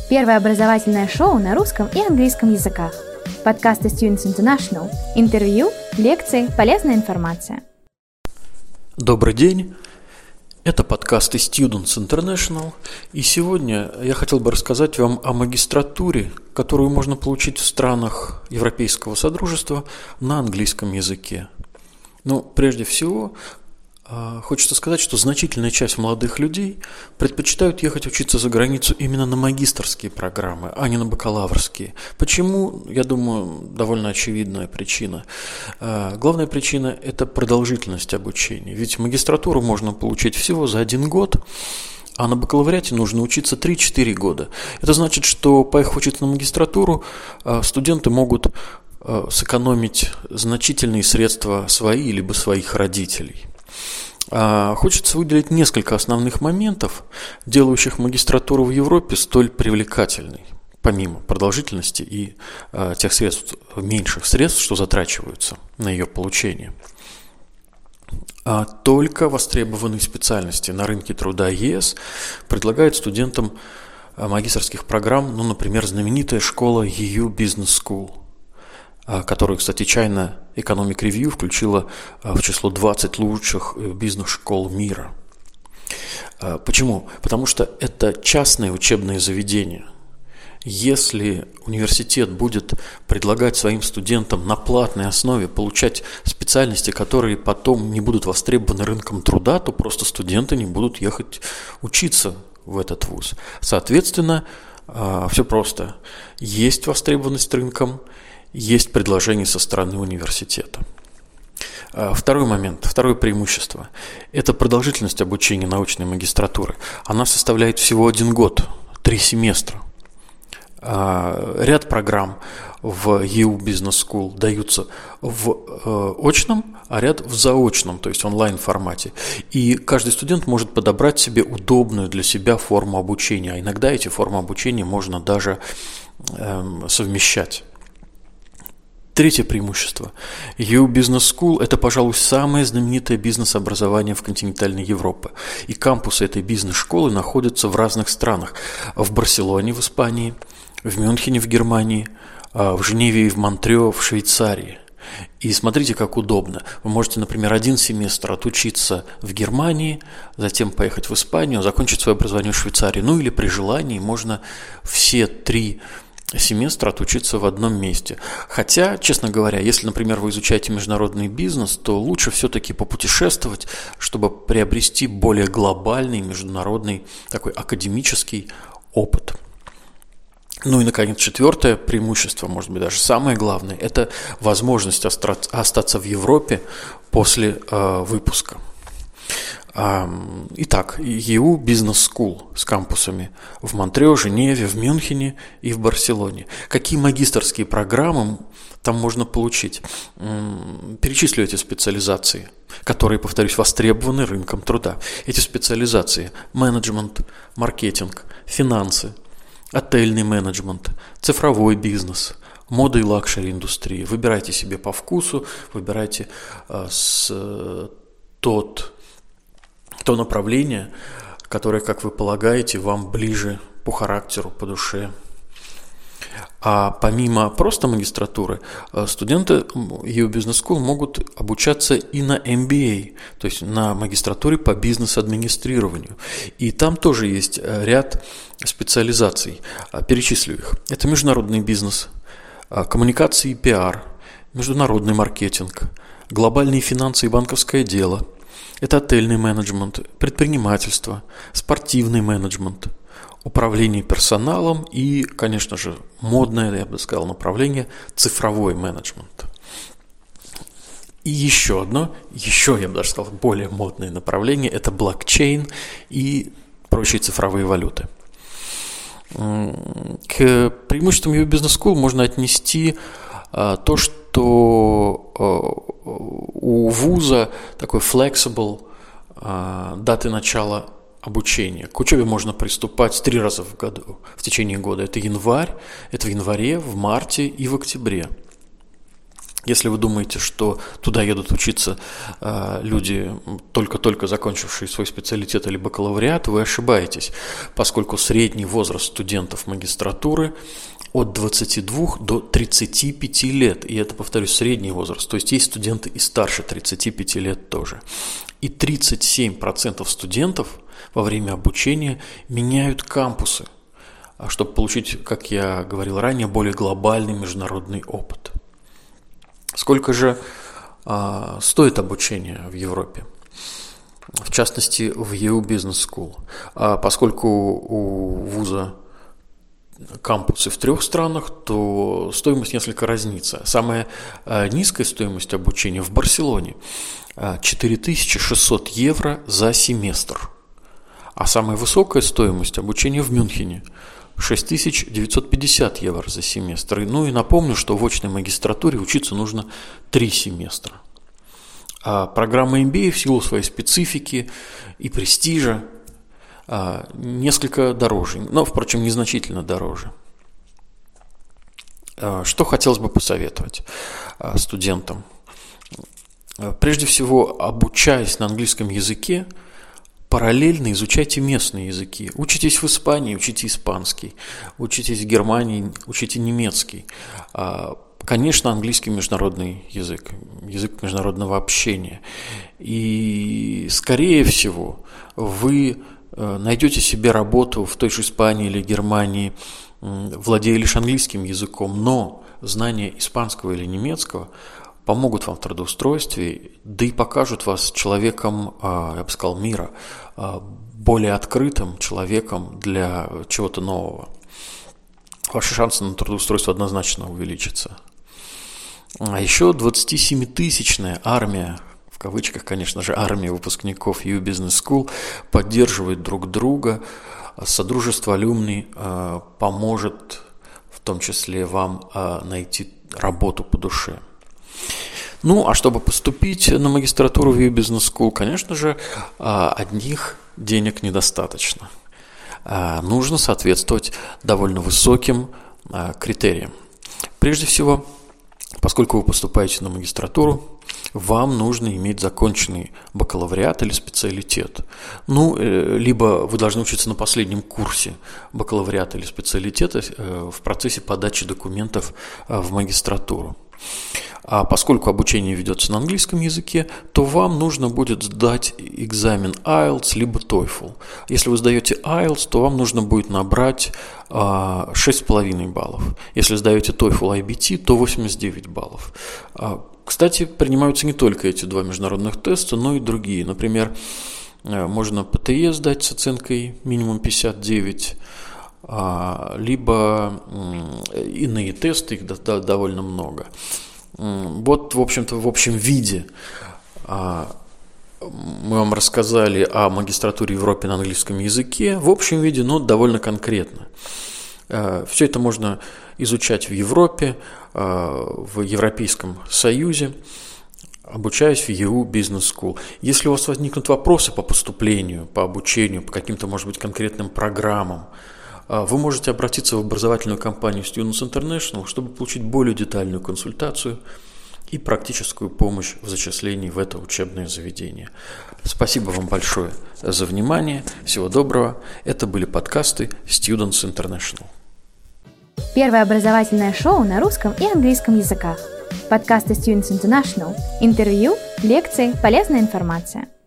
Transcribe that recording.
Первое образовательное шоу на русском и английском языках. Подкасты Students International. Интервью, лекции, полезная информация. Добрый день. Это подкасты Students International. И сегодня я хотел бы рассказать вам о магистратуре, которую можно получить в странах Европейского Содружества на английском языке. Прежде всего, хочется сказать, что значительная часть молодых людей предпочитают ехать учиться за границу именно на магистерские программы, а не на бакалаврские. Почему? Я думаю, довольно очевидная причина. Главная причина – это продолжительность обучения. Ведь магистратуру можно получить всего за 1 год, а на бакалавриате нужно учиться 3-4 года. Это значит, что, поехав учиться на магистратуру, студенты могут сэкономить значительные средства свои либо своих родителей. Хочется выделить несколько основных моментов, делающих магистратуру в Европе столь привлекательной, помимо продолжительности и тех средств, меньших средств, что затрачиваются на ее получение. Только востребованные специальности на рынке труда ЕС предлагают студентам магистерских программ, например, знаменитая школа EU Business School, которую, кстати, China Economic Review включила в число 20 лучших бизнес-школ мира. Почему? Потому что это частное учебное заведение. Если университет будет предлагать своим студентам на платной основе получать специальности, которые потом не будут востребованы рынком труда, то просто студенты не будут ехать учиться в этот вуз. Соответственно, все просто. Есть востребованность рынком, есть предложение со стороны университета. Второй момент, второе преимущество – это продолжительность обучения научной магистратуры. Она составляет всего 1 год, 3 семестра. Ряд программ в EU Business School даются в очном, а ряд в заочном, то есть онлайн-формате. И каждый студент может подобрать себе удобную для себя форму обучения, а иногда эти формы обучения можно даже совмещать. Третье преимущество. EU Business School – это, пожалуй, самое знаменитое бизнес-образование в континентальной Европе. И кампусы этой бизнес-школы находятся в разных странах. В Барселоне в Испании, в Мюнхене в Германии, в Женеве и в Монтрео в Швейцарии. И смотрите, как удобно. Вы можете, например, 1 семестр отучиться в Германии, затем поехать в Испанию, закончить свое образование в Швейцарии. Или при желании можно все 3 семестра отучиться в одном месте. Хотя, честно говоря, если, например, вы изучаете международный бизнес, то лучше все-таки попутешествовать, чтобы приобрести более глобальный международный такой академический опыт. И, наконец, 4-е преимущество, может быть, даже самое главное, это возможность остаться в Европе после выпуска. Итак, EU Business School с кампусами в Монтрео, Женеве, в Мюнхене и в Барселоне. Какие магистерские программы там можно получить? Перечислю эти специализации, которые, повторюсь, востребованы рынком труда. Эти специализации – менеджмент, маркетинг, финансы, отельный менеджмент, цифровой бизнес, мода и лакшери индустрии. Выбирайте себе по вкусу, выбирайте то направление, которое, как вы полагаете, вам ближе по характеру, по душе. А помимо просто магистратуры, студенты EU Business School могут обучаться и на MBA, то есть на магистратуре по бизнес-администрированию. И там тоже есть ряд специализаций. Перечислю их. Это международный бизнес, коммуникации и пиар, международный маркетинг, глобальные финансы и банковское дело. Это отельный менеджмент, предпринимательство, спортивный менеджмент, управление персоналом и, конечно же, модное, я бы сказал, направление – цифровой менеджмент. И еще, я бы даже сказал, более модное направление – это блокчейн и прочие цифровые валюты. К преимуществам EU Business School можно отнести то, что у вуза такой flexible даты начала обучения. К учебе можно приступать 3 раза в году, в течение года. Это в январе, в марте и в октябре. Если вы думаете, что туда едут учиться люди, только-только закончившие свой специалитет или бакалавриат, вы ошибаетесь, поскольку средний возраст студентов магистратуры от 22 до 35 лет. И это, повторюсь, средний возраст. То есть есть студенты и старше 35 лет тоже. И 37% студентов во время обучения меняют кампусы, чтобы получить, как я говорил ранее, более глобальный международный опыт. Сколько же стоит обучение в Европе? В частности, в EU Business School. Поскольку у вуза кампусы в 3 странах, то стоимость несколько разнится. Самая низкая стоимость обучения в Барселоне – 4600 евро за семестр. А самая высокая стоимость обучения в Мюнхене – 6950 евро за семестр. Ну и напомню, что в очной магистратуре учиться нужно 3 семестра. А программа MBA в силу своей специфики и престижа несколько дороже, но, впрочем, незначительно дороже. Что хотелось бы посоветовать студентам? Прежде всего, обучаясь на английском языке, параллельно изучайте местные языки. Учитесь в Испании, учите испанский. Учитесь в Германии, учите немецкий. Конечно, английский международный язык, язык международного общения. И, скорее всего, вы найдете себе работу в той же Испании или Германии, владея лишь английским языком, но знание испанского или немецкого помогут вам в трудоустройстве, да и покажут вас человеком, я бы сказал, мира, более открытым человеком для чего-то нового. Ваши шансы на трудоустройство однозначно увеличатся. А еще 27-тысячная армия, в кавычках, конечно же, армия выпускников EU Business School поддерживает друг друга. Содружество алюмни поможет в том числе вам найти работу по душе. Ну, а чтобы поступить на магистратуру в EU Business School, конечно же, одних денег недостаточно. Нужно соответствовать довольно высоким критериям. Прежде всего, поскольку вы поступаете на магистратуру, вам нужно иметь законченный бакалавриат или специалитет. Ну, либо вы должны учиться на последнем курсе бакалавриата или специалитета в процессе подачи документов в магистратуру. А поскольку обучение ведется на английском языке, то вам нужно будет сдать экзамен IELTS либо TOEFL. Если вы сдаете IELTS, то вам нужно будет набрать 6,5 баллов. Если сдаете TOEFL IBT, то 89 баллов. Кстати, принимаются не только эти 2 международных теста, но и другие. Например, можно ПТЕ сдать с оценкой минимум 59, либо иные тесты, их довольно много. Вот, в общем-то, в общем виде мы вам рассказали о магистратуре в Европе на английском языке. В общем виде, но довольно конкретно. Все это можно изучать в Европе, в Европейском Союзе, обучаясь в EU Business School. Если у вас возникнут вопросы по поступлению, по обучению, по каким-то, может быть, конкретным программам, вы можете обратиться в образовательную компанию Students International, чтобы получить более детальную консультацию и практическую помощь в зачислении в это учебное заведение. Спасибо вам большое за внимание. Всего доброго. Это были подкасты Students International. Первое образовательное шоу на русском и английском языках. Подкасты Students International. Интервью, лекции, полезная информация.